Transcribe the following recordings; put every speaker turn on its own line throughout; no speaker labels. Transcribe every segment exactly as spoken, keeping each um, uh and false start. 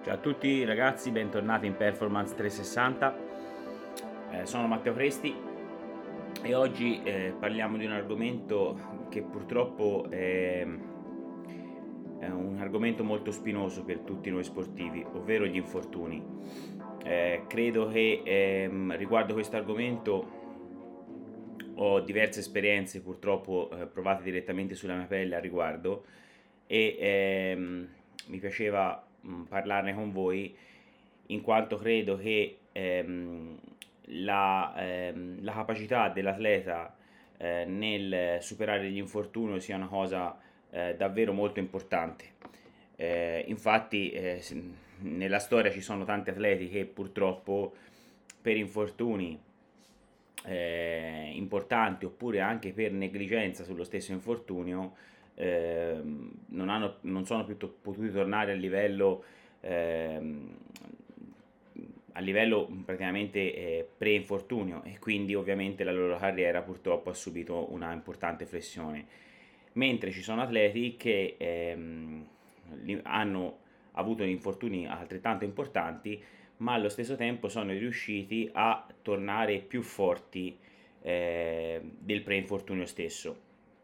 Ciao a tutti ragazzi, bentornati in Performance trecentosessanta. Eh, sono Matteo Cresti e oggi eh, parliamo di un argomento che purtroppo è, è un argomento molto spinoso per tutti noi sportivi, ovvero gli infortuni. Eh, credo che ehm, riguardo questo argomento ho diverse esperienze purtroppo eh, provate direttamente sulla mia pelle al riguardo e ehm, mi piaceva mh, parlarne con voi in quanto credo che ehm, la, ehm, la capacità dell'atleta eh, nel superare gli infortuni sia una cosa eh, davvero molto importante. Eh, infatti eh, s- nella storia ci sono tanti atleti che purtroppo per infortuni eh, importanti oppure anche per negligenza sullo stesso infortunio ehm, non, hanno, non sono più to- potuti tornare a livello, ehm, a livello praticamente eh, pre-infortunio e quindi ovviamente la loro carriera purtroppo ha subito una importante flessione. Mentre ci sono atleti che ehm, li- hanno avuto infortuni altrettanto importanti ma allo stesso tempo sono riusciti a tornare più forti eh, del pre-infortunio stesso.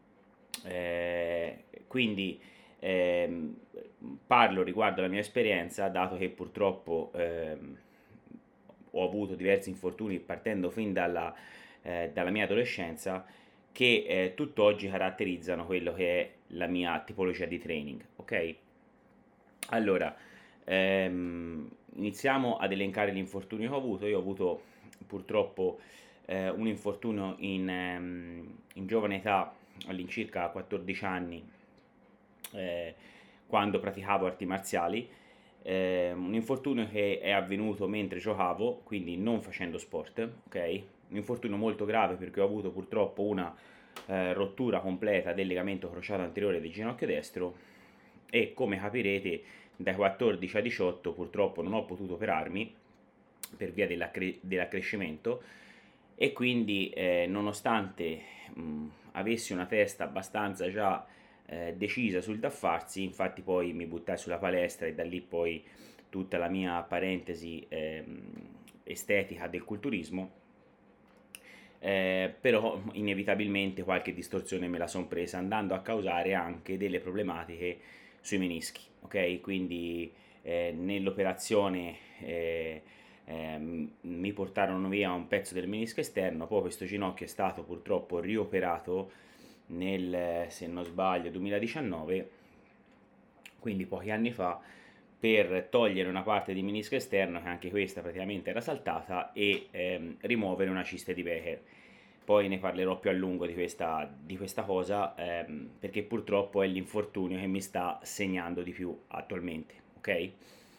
Eh, quindi ehm, parlo riguardo alla mia esperienza, dato che purtroppo ehm, ho avuto diversi infortuni partendo fin dalla, eh, dalla mia adolescenza, che eh, tutt'oggi caratterizzano quello che è la mia tipologia di training, ok? Allora, ehm, iniziamo ad elencare gli infortuni che ho avuto. Io ho avuto purtroppo eh, un infortunio in, ehm, in giovane età, all'incirca quattordici anni, eh, quando praticavo arti marziali. Eh, un infortunio che è avvenuto mentre giocavo, quindi non facendo sport, ok? Un infortunio molto grave perché ho avuto purtroppo una eh, rottura completa del legamento crociato anteriore del ginocchio destro e come capirete dai quattordici ai diciotto purtroppo non ho potuto operarmi per via dell'accre- dell'accrescimento e quindi eh, nonostante mh, avessi una testa abbastanza già eh, decisa sul da farsi, infatti poi mi buttai sulla palestra e da lì poi tutta la mia parentesi ehm, estetica del culturismo, eh, però inevitabilmente qualche distorsione me la son presa andando a causare anche delle problematiche sui menischi, ok? Quindi eh, nell'operazione eh, ehm, mi portarono via un pezzo del menisco esterno, poi questo ginocchio è stato purtroppo rioperato nel, se non sbaglio, duemiladiciannove, quindi pochi anni fa, per togliere una parte di menisco esterno che anche questa praticamente era saltata e ehm, rimuovere una ciste di Becher. Poi ne parlerò più a lungo di questa, di questa cosa ehm, perché purtroppo è l'infortunio che mi sta segnando di più attualmente, ok?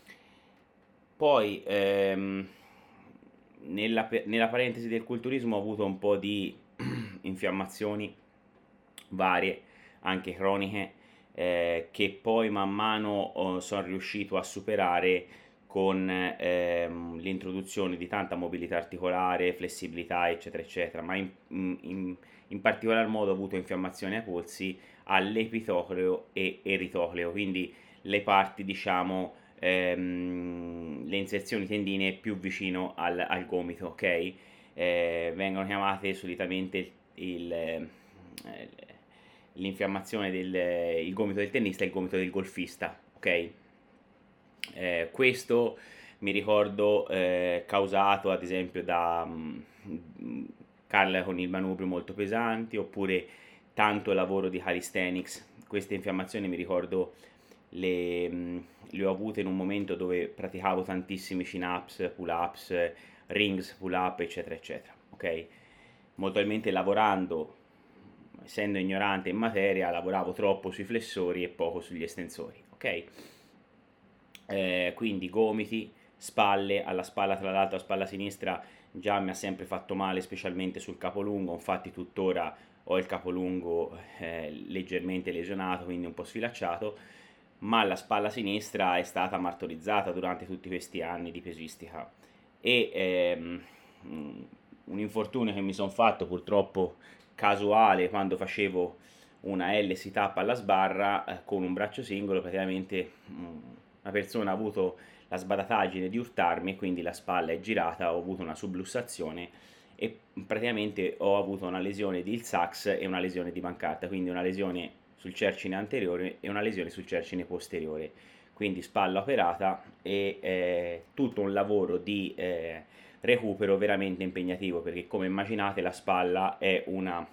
Poi ehm, nella, nella parentesi del culturismo ho avuto un po' di infiammazioni varie, anche croniche, eh, che poi man mano oh, sono riuscito a superare con ehm, l'introduzione di tanta mobilità articolare, flessibilità, eccetera, eccetera, ma in, in, in particolar modo ho avuto infiammazioni ai polsi, all'epitocleo e eritocleo, quindi le parti, diciamo, ehm, le inserzioni tendinee più vicino al, al gomito, ok? Eh, vengono chiamate solitamente il, il, eh, l'infiammazione del il gomito del tennista e il gomito del golfista, ok? Eh, questo mi ricordo eh, causato ad esempio da mm, Carl con il manubrio molto pesanti oppure tanto lavoro di calisthenics. Queste infiammazioni mi ricordo le, mm, le ho avute in un momento dove praticavo tantissimi chin-ups, pull-ups, rings, pull-up, eccetera, eccetera. Ok? Molto probabilmente lavorando, essendo ignorante in materia, lavoravo troppo sui flessori e poco sugli estensori. Ok? Eh, quindi gomiti, spalle, alla spalla tra l'altro la spalla sinistra già mi ha sempre fatto male, specialmente sul capolungo, infatti tuttora ho il capolungo eh, leggermente lesionato, quindi un po' sfilacciato, ma la spalla sinistra è stata martorizzata durante tutti questi anni di pesistica e ehm, un infortunio che mi sono fatto purtroppo casuale quando facevo una L sit up alla sbarra eh, con un braccio singolo praticamente mh, una persona ha avuto la sbadataggine di urtarmi, quindi la spalla è girata, ho avuto una sublussazione e praticamente ho avuto una lesione di Hill-Sachs e una lesione di Mancarta, quindi una lesione sul cercine anteriore e una lesione sul cercine posteriore, quindi spalla operata e eh, tutto un lavoro di eh, recupero veramente impegnativo, perché come immaginate la spalla è una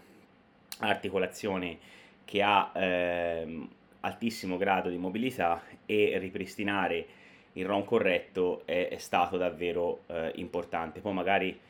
articolazione che ha ehm, altissimo grado di mobilità e ripristinare il R O M corretto è, è stato davvero eh, importante. Poi magari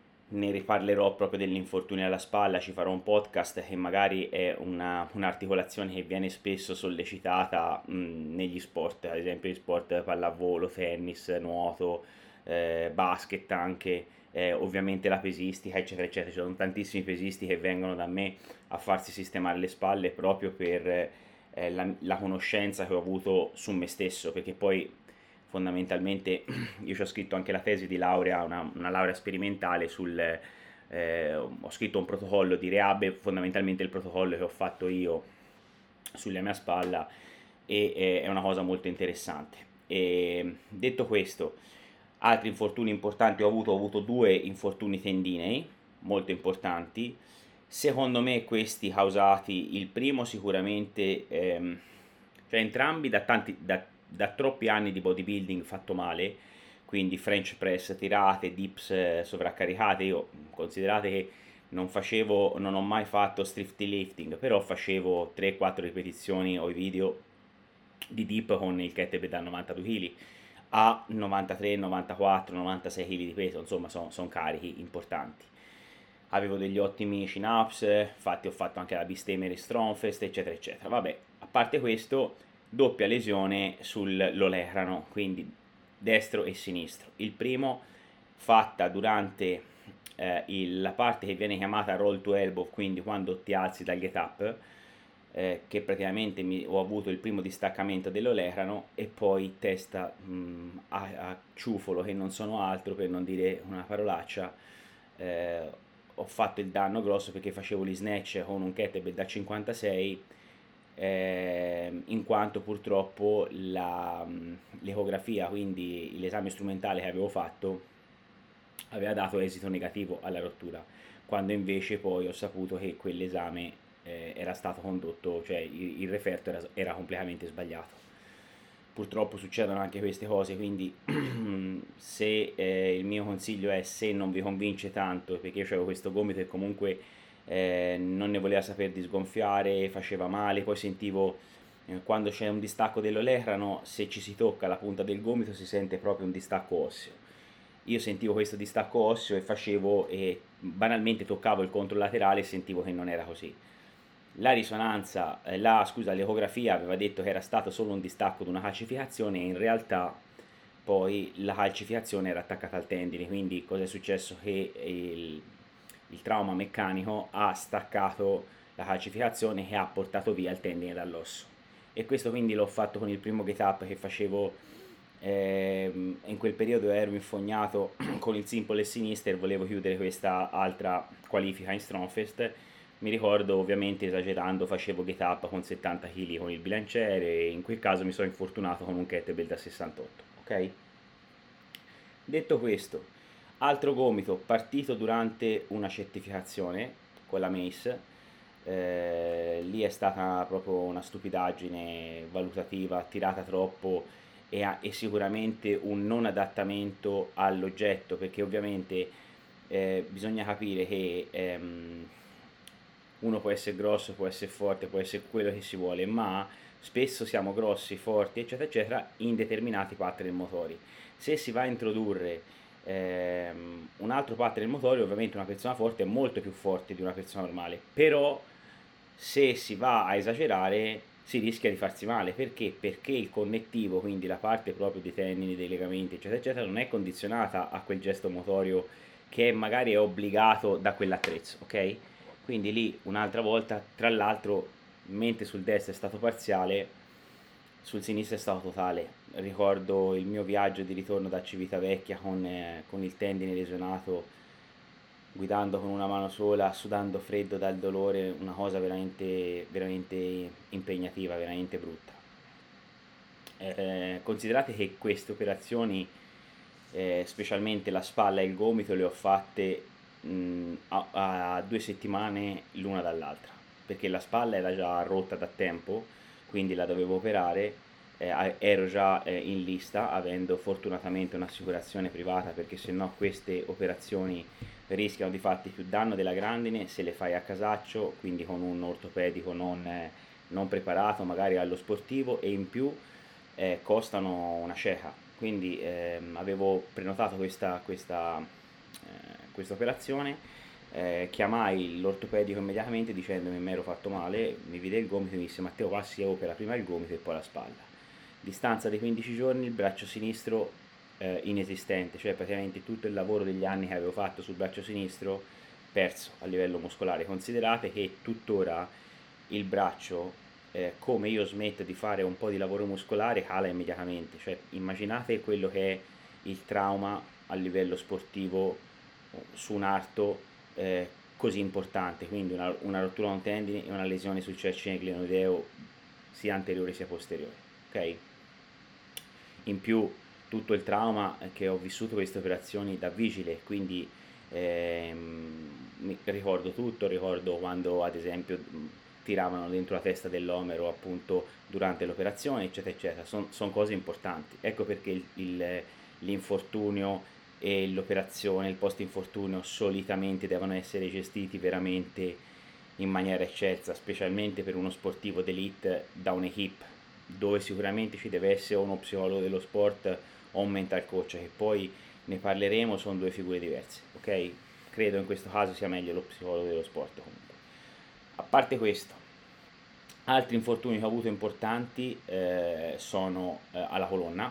ne riparlerò proprio dell'infortunio alla spalla, ci farò un podcast che magari è una, un'articolazione che viene spesso sollecitata mh, negli sport, ad esempio gli sport pallavolo, tennis, nuoto, eh, basket anche, eh, ovviamente la pesistica, eccetera, eccetera. Ci sono tantissimi pesisti che vengono da me a farsi sistemare le spalle proprio per eh, la, la conoscenza che ho avuto su me stesso, perché poi fondamentalmente io ci ho scritto anche la tesi di laurea, una, una laurea sperimentale sul... Eh, ho scritto un protocollo di rehab, fondamentalmente il protocollo che ho fatto io sulla mia spalla e eh, è una cosa molto interessante. E, detto questo, altri infortuni importanti ho avuto, ho avuto due infortuni tendinei molto importanti, secondo me questi causati, il primo sicuramente, ehm, cioè entrambi da, tanti, da, da troppi anni di bodybuilding fatto male, quindi French press tirate, dips eh, sovraccaricate. Io considerate che non facevo, non ho mai fatto strictly lifting, però facevo tre quattro ripetizioni, ho i video di dip con il kettlebell da novantadue chili a novantatré, novantaquattro, novantasei kg di peso, insomma sono son carichi importanti. Avevo degli ottimi chin-ups, infatti ho fatto anche la Bistemer e Strongfest, eccetera, eccetera. Vabbè, a parte questo, doppia lesione sull'olecrano, quindi destro e sinistro. Il primo fatta durante eh, il- la parte che viene chiamata roll to elbow, quindi quando ti alzi dal get up, eh, che praticamente mi, ho avuto il primo distaccamento dell'olecrano e poi testa mh, a, a ciufolo, che non sono altro per non dire una parolaccia. eh, Ho fatto il danno grosso perché facevo gli snatch con un kettlebell da cinquantasei, eh, in quanto purtroppo la, mh, l'ecografia, quindi l'esame strumentale che avevo fatto, aveva dato esito negativo alla rottura, quando invece poi ho saputo che quell'esame eh, era stato condotto, cioè il, il referto era, era completamente sbagliato. Purtroppo succedono anche queste cose, quindi se eh, il mio consiglio è, se non vi convince tanto, perché io avevo questo gomito e comunque eh, non ne voleva sapere di sgonfiare, faceva male, poi sentivo eh, quando c'è un distacco dell'olecrano, se ci si tocca la punta del gomito si sente proprio un distacco osseo. Io sentivo questo distacco osseo e facevo, e banalmente toccavo il controlaterale e sentivo che non era così. La risonanza, eh, la, scusa, l'ecografia aveva detto che era stato solo un distacco di una calcificazione e in realtà poi la calcificazione era attaccata al tendine, quindi cosa è successo? Che il, il trauma meccanico ha staccato la calcificazione e ha portato via il tendine dall'osso. E questo quindi l'ho fatto con il primo get up che facevo, ehm, in quel periodo ero infognato con il Simple e Sinister, volevo chiudere questa altra qualifica in Strongfest. Mi ricordo, ovviamente esagerando, facevo get up con settanta chili con il bilanciere e in quel caso mi sono infortunato con un kettlebell da sessantotto, ok? Detto questo, altro gomito partito durante una certificazione con la Mace, eh, lì è stata proprio una stupidaggine valutativa, tirata troppo e, ha- e sicuramente un non adattamento all'oggetto, perché ovviamente eh, bisogna capire che ehm, uno può essere grosso, può essere forte, può essere quello che si vuole, ma spesso siamo grossi, forti, eccetera, eccetera, in determinati pattern motori. Se si va a introdurre ehm, un altro pattern motorio, ovviamente una persona forte è molto più forte di una persona normale, però se si va a esagerare si rischia di farsi male. Perché? Perché il connettivo, quindi la parte proprio dei tendini, dei legamenti, eccetera, eccetera, non è condizionata a quel gesto motorio che magari è obbligato da quell'attrezzo, ok? Quindi lì un'altra volta, tra l'altro, mentre sul destro è stato parziale, sul sinistro è stato totale. Ricordo il mio viaggio di ritorno da Civitavecchia con, eh, con il tendine lesionato, guidando con una mano sola, sudando freddo dal dolore, una cosa veramente, veramente impegnativa, veramente brutta. Eh, considerate che queste operazioni, eh, specialmente la spalla e il gomito, le ho fatte mh, a, a due settimane l'una dall'altra, perché la spalla era già rotta da tempo, quindi la dovevo operare, eh, a- ero già eh, in lista, avendo fortunatamente un'assicurazione privata, perché se no queste operazioni rischiano di farti più danno della grandine se le fai a casaccio, quindi con un ortopedico non, eh, non preparato magari allo sportivo, e in più eh, costano una cieca. Quindi ehm, avevo prenotato questa, questa, eh, questa operazione, eh, chiamai l'ortopedico immediatamente dicendomi che mi ero fatto male, mi vide il gomito e mi disse: Matteo, passi e opera prima il gomito e poi la spalla. Distanza di quindici giorni, il braccio sinistro eh, inesistente, cioè praticamente tutto il lavoro degli anni che avevo fatto sul braccio sinistro perso a livello muscolare. Considerate che tuttora il braccio, eh, come io smetto di fare un po' di lavoro muscolare, cala immediatamente. Cioè, immaginate quello che è il trauma a livello sportivo su un arto eh, così importante, quindi una, una rottura a un tendine e una lesione sul cercine glenoideo sia anteriore sia posteriore, ok? In più tutto il trauma che ho vissuto queste operazioni da vigile, quindi ehm, mi ricordo tutto, ricordo quando ad esempio tiravano dentro la testa dell'omero appunto durante l'operazione, eccetera, eccetera. Sono son cose importanti. Ecco perché il- il- l'infortunio e l'operazione, il post-infortunio solitamente devono essere gestiti veramente in maniera eccelsa, specialmente per uno sportivo d'elite da un'equipe, dove sicuramente ci deve essere uno psicologo dello sport o un mental coach, che poi ne parleremo, sono due figure diverse, ok? Credo in questo caso sia meglio lo psicologo dello sport comunque. A parte questo, altri infortuni che ho avuto importanti eh, sono eh, alla colonna,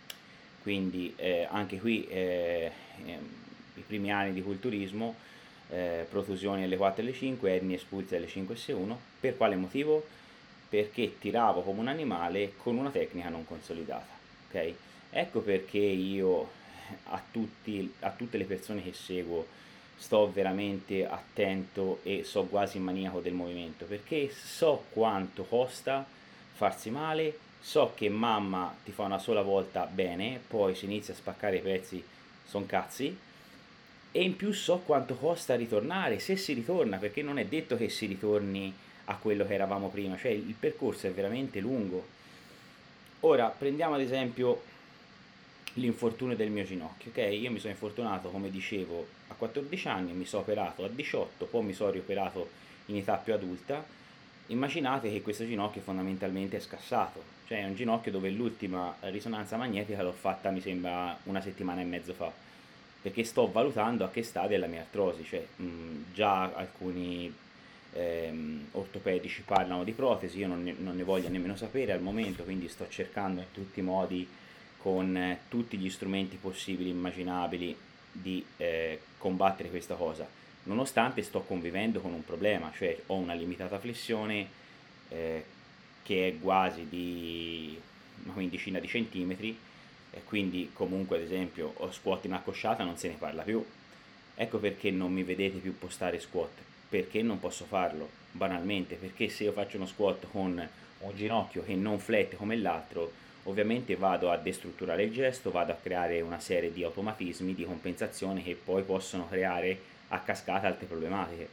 quindi eh, anche qui eh, ehm, i primi anni di culturismo, eh, protusioni alle quattro e alle cinque, ernie espulse alle cinque S uno. Per quale motivo? Perché tiravo come un animale con una tecnica non consolidata, ok? Ecco perché io a, tutti, a tutte le persone che seguo sto veramente attento e so quasi maniaco del movimento, perché so quanto costa farsi male, so che mamma ti fa una sola volta bene, poi si inizia a spaccare i pezzi, son cazzi, e in più so quanto costa ritornare, se si ritorna, perché non è detto che si ritorni a quello che eravamo prima, cioè il percorso è veramente lungo. Ora prendiamo ad esempio l'infortunio del mio ginocchio, ok? Io mi sono infortunato, come dicevo, a quattordici anni, mi sono operato a diciotto, poi mi sono rioperato in età più adulta. Immaginate che questo ginocchio fondamentalmente è scassato, cioè è un ginocchio dove l'ultima risonanza magnetica l'ho fatta, mi sembra, una settimana e mezzo fa, perché sto valutando a che stadio è la mia artrosi, cioè mh, già alcuni ehm, ortopedici parlano di protesi, io non ne, non ne voglio nemmeno sapere al momento, quindi sto cercando in tutti i modi, con eh, tutti gli strumenti possibili e immaginabili, di eh, combattere questa cosa, nonostante sto convivendo con un problema, cioè ho una limitata flessione eh, che è quasi di una quindicina di centimetri, e quindi comunque ad esempio ho squat in accosciata, non se ne parla più. Ecco perché non mi vedete più postare squat, perché non posso farlo, banalmente, perché se io faccio uno squat con un ginocchio che non flette come l'altro, ovviamente vado a destrutturare il gesto, vado a creare una serie di automatismi di compensazione che poi possono creare a cascata altre problematiche.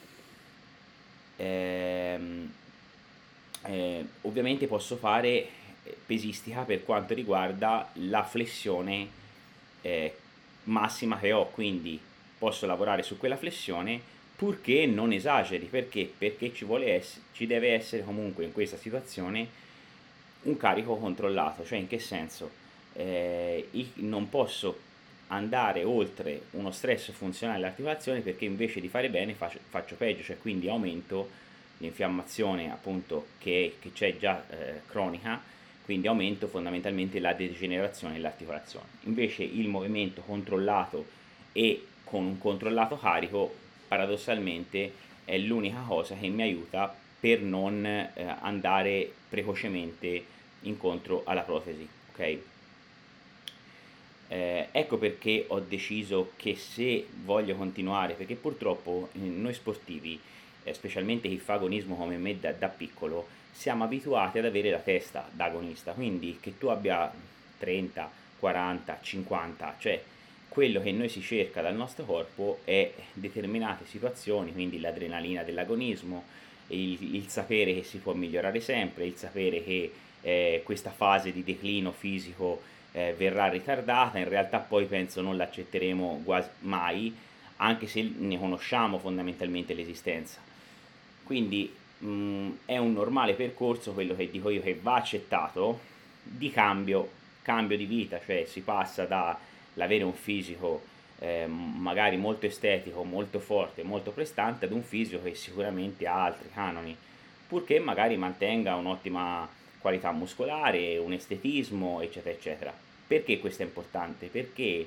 Ehm, eh, ovviamente posso fare eh, pesistica per quanto riguarda la flessione eh, massima che ho, quindi posso lavorare su quella flessione purché non esageri, perché? Perché ci, vuole ess- ci deve essere comunque in questa situazione un carico controllato, cioè in che senso? Eh, non posso andare oltre uno stress funzionale dell'articolazione, perché invece di fare bene faccio, faccio peggio, cioè quindi aumento l'infiammazione appunto che, che c'è già eh, cronica, quindi aumento fondamentalmente la degenerazione dell'articolazione. Invece il movimento controllato e con un controllato carico paradossalmente è l'unica cosa che mi aiuta per non eh, andare precocemente incontro alla protesi, ok? Eh, ecco perché ho deciso che se voglio continuare, perché purtroppo eh, noi sportivi, eh, specialmente chi fa agonismo come me da, da piccolo, siamo abituati ad avere la testa da agonista, quindi che tu abbia trenta, quaranta, cinquanta, cioè quello che noi si cerca dal nostro corpo è determinate situazioni, quindi l'adrenalina dell'agonismo, il, il sapere che si può migliorare sempre, il sapere che eh, questa fase di declino fisico eh, verrà ritardata, in realtà poi penso non l'accetteremo quasi mai, anche se ne conosciamo fondamentalmente l'esistenza. Quindi mh, è un normale percorso, quello che dico io, che va accettato, di cambio, cambio di vita, cioè si passa dall'avere un fisico eh, magari molto estetico, molto forte, molto prestante, ad un fisico che sicuramente ha altri canoni, purché magari mantenga un'ottima qualità muscolare, un estetismo, eccetera, eccetera. Perché questo è importante? Perché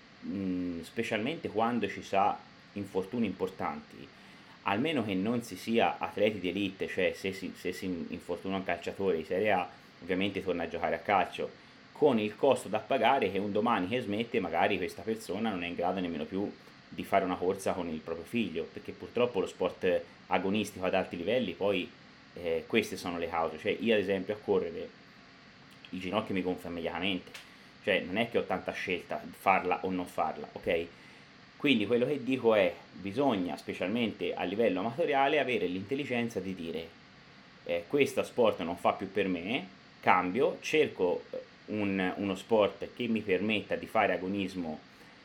mh, specialmente quando ci sa infortuni importanti, almeno che non si sia atleti di elite, cioè se si, se si infortuna un calciatore di Serie A, ovviamente torna a giocare a calcio, con il costo da pagare che un domani che smette magari questa persona non è in grado nemmeno più di fare una corsa con il proprio figlio, perché purtroppo lo sport agonistico ad alti livelli poi eh, queste sono le cause, cioè io ad esempio a correre il ginocchio mi gonfia immediatamente, cioè non è che ho tanta scelta farla o non farla, ok? Quindi quello che dico è, bisogna, specialmente a livello amatoriale, avere l'intelligenza di dire eh, questo sport non fa più per me, cambio, cerco un, uno sport che mi permetta di fare agonismo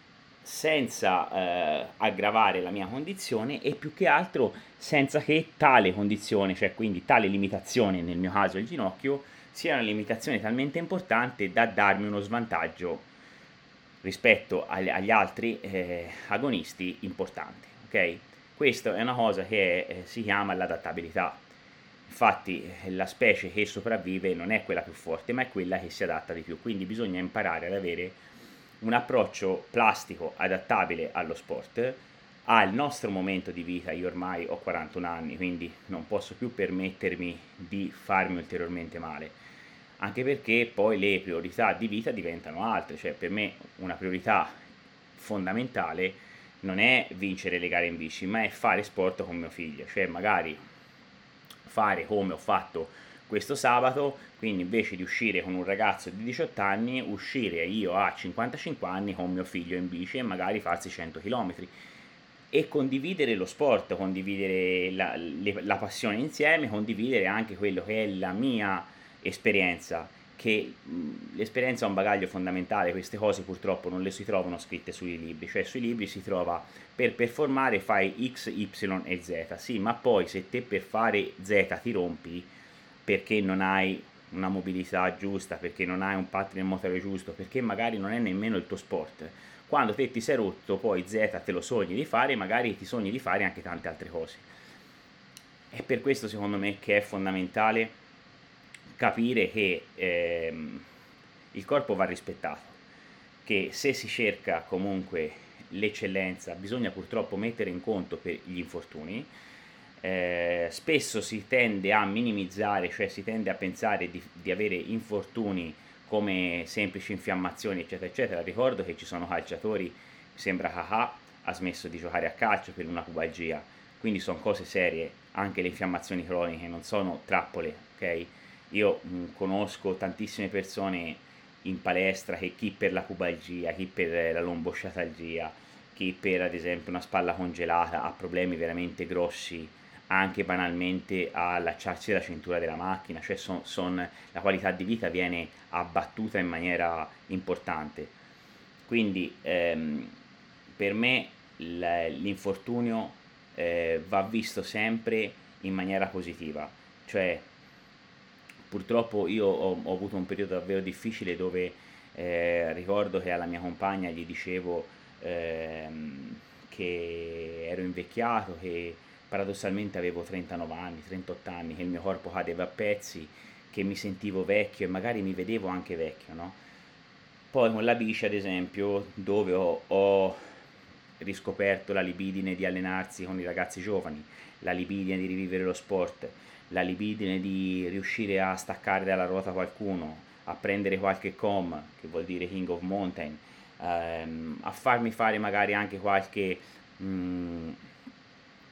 senza eh, aggravare la mia condizione e più che altro senza che tale condizione, cioè quindi tale limitazione, nel mio caso il ginocchio, sia una limitazione talmente importante da darmi uno svantaggio rispetto agli, agli altri eh, agonisti importante, ok? Questa è una cosa che eh, si chiama l'adattabilità. Infatti eh, la specie che sopravvive non è quella più forte, ma è quella che si adatta di più, quindi bisogna imparare ad avere un approccio plastico adattabile allo sport, al nostro momento di vita. Io ormai ho quarantuno anni, quindi non posso più permettermi di farmi ulteriormente male, anche perché poi le priorità di vita diventano altre, cioè per me una priorità fondamentale non è vincere le gare in bici, ma è fare sport con mio figlio, cioè magari fare come ho fatto questo sabato, quindi invece di uscire con un ragazzo di diciotto anni, uscire io a cinquantacinque anni con mio figlio in bici e magari farsi cento chilometri e condividere lo sport, condividere la, le, la passione insieme, condividere anche quello che è la mia esperienza, che mh, l'esperienza è un bagaglio fondamentale, queste cose purtroppo non le si trovano scritte sui libri, cioè sui libri si trova per performare fai X, Y e Z, sì, ma poi se te per fare Z ti rompi perché non hai una mobilità giusta, perché non hai un pattern motore giusto, perché magari non è nemmeno il tuo sport, quando te ti sei rotto poi Z te lo sogni di fare, magari ti sogni di fare anche tante altre cose. E per questo secondo me che è fondamentale capire che ehm, il corpo va rispettato, che se si cerca comunque l'eccellenza bisogna purtroppo mettere in conto per gli infortuni. Eh, spesso si tende a minimizzare, cioè si tende a pensare di, di avere infortuni come semplici infiammazioni eccetera eccetera. Ricordo che ci sono calciatori, mi sembra Cahill ha smesso di giocare a calcio per una pubalgia, quindi sono cose serie, anche le infiammazioni croniche non sono trappole, ok? Io mh, conosco tantissime persone in palestra che chi per la pubalgia, chi per la lombosciatalgia, chi per ad esempio una spalla congelata ha problemi veramente grossi anche banalmente a allacciarsi alla cintura della macchina, cioè son, son, la qualità di vita viene abbattuta in maniera importante. Quindi ehm, per me l'infortunio eh, va visto sempre in maniera positiva, cioè purtroppo io ho, ho avuto un periodo davvero difficile dove eh, ricordo che alla mia compagna gli dicevo ehm, che ero invecchiato, che paradossalmente avevo trentanove anni, trentotto anni, che il mio corpo cadeva a pezzi, che mi sentivo vecchio e magari mi vedevo anche vecchio, no? Poi con la bici, ad esempio, dove ho, ho riscoperto la libidine di allenarsi con i ragazzi giovani, la libidine di rivivere lo sport, la libidine di riuscire a staccare dalla ruota qualcuno, a prendere qualche com, che vuol dire King of Mountain, ehm, a farmi fare magari anche qualche mh,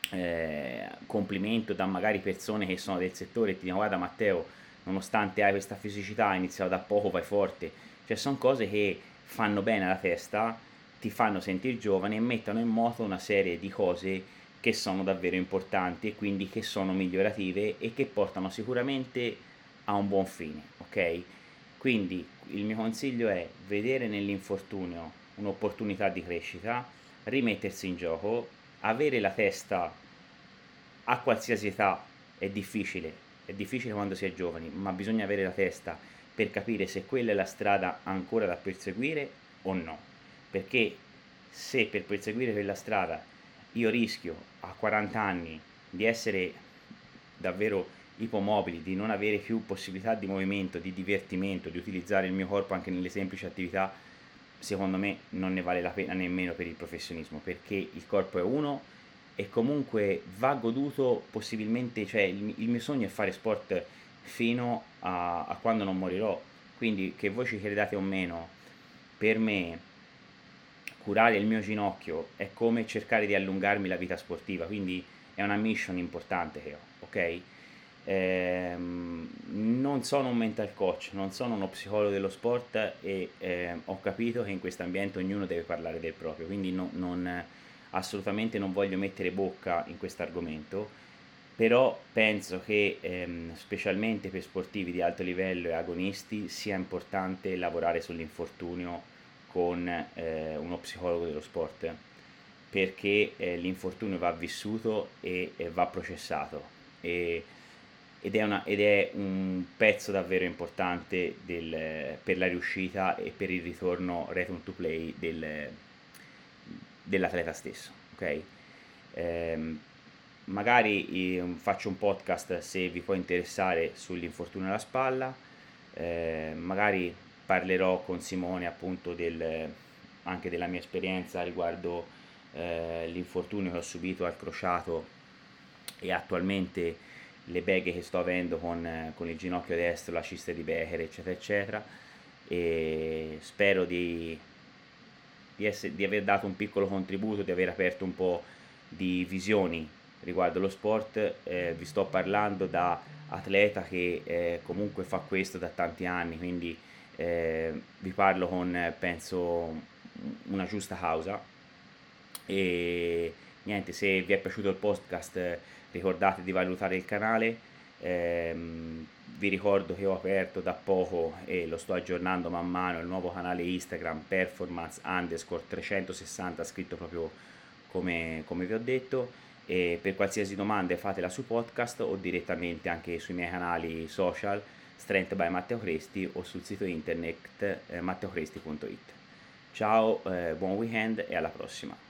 eh, complimento da magari persone che sono del settore e ti dicono guarda Matteo, nonostante hai questa fisicità, hai iniziato da poco, vai forte, cioè sono cose che fanno bene alla testa, ti fanno sentire giovane e mettono in moto una serie di cose che sono davvero importanti e quindi che sono migliorative e che portano sicuramente a un buon fine, ok? Quindi il mio consiglio è vedere nell'infortunio un'opportunità di crescita, rimettersi in gioco, avere la testa a qualsiasi età è difficile, è difficile quando si è giovani, ma bisogna avere la testa per capire se quella è la strada ancora da perseguire o no. Perché se per perseguire quella strada io rischio a quaranta anni di essere davvero ipomobili, di non avere più possibilità di movimento, di divertimento, di utilizzare il mio corpo anche nelle semplici attività, secondo me non ne vale la pena nemmeno per il professionismo, perché il corpo è uno e comunque va goduto possibilmente, cioè il, il mio sogno è fare sport fino a, a quando non morirò, quindi che voi ci credate o meno, per me curare il mio ginocchio è come cercare di allungarmi la vita sportiva, quindi è una mission importante che ho, ok? Ehm, non sono un mental coach, non sono uno psicologo dello sport e eh, ho capito che in questo ambiente ognuno deve parlare del proprio, quindi no- non, assolutamente non voglio mettere bocca in questo argomento, però penso che ehm, specialmente per sportivi di alto livello e agonisti sia importante lavorare sull'infortunio con eh, uno psicologo dello sport, perché eh, l'infortunio va vissuto e, e va processato e, ed, è una, ed è un pezzo davvero importante del, per la riuscita e per il ritorno return to play del, dell'atleta stesso, ok? Ehm, magari eh, faccio un podcast se vi può interessare sull'infortunio alla spalla, eh, magari parlerò con Simone appunto del, anche della mia esperienza riguardo eh, l'infortunio che ho subito al crociato e attualmente le beghe che sto avendo con, eh, con il ginocchio destro, la cista di Becher, eccetera, eccetera. E spero di, di, essere, di aver dato un piccolo contributo, di aver aperto un po' di visioni riguardo lo sport. Eh, vi sto parlando da atleta che eh, comunque fa questo da tanti anni, quindi eh, vi parlo con, eh, penso, una giusta causa. E niente, se vi è piaciuto il podcast eh, ricordate di valutare il canale. Ehm, vi ricordo che ho aperto da poco e lo sto aggiornando man mano il nuovo canale Instagram performance underscore trecentosessanta, scritto proprio come, come vi ho detto, e per qualsiasi domanda fatela su podcast o direttamente anche sui miei canali social Strength by Matteo Cresti o sul sito internet eh, matteocresti punto it. Ciao, eh, buon weekend e alla prossima.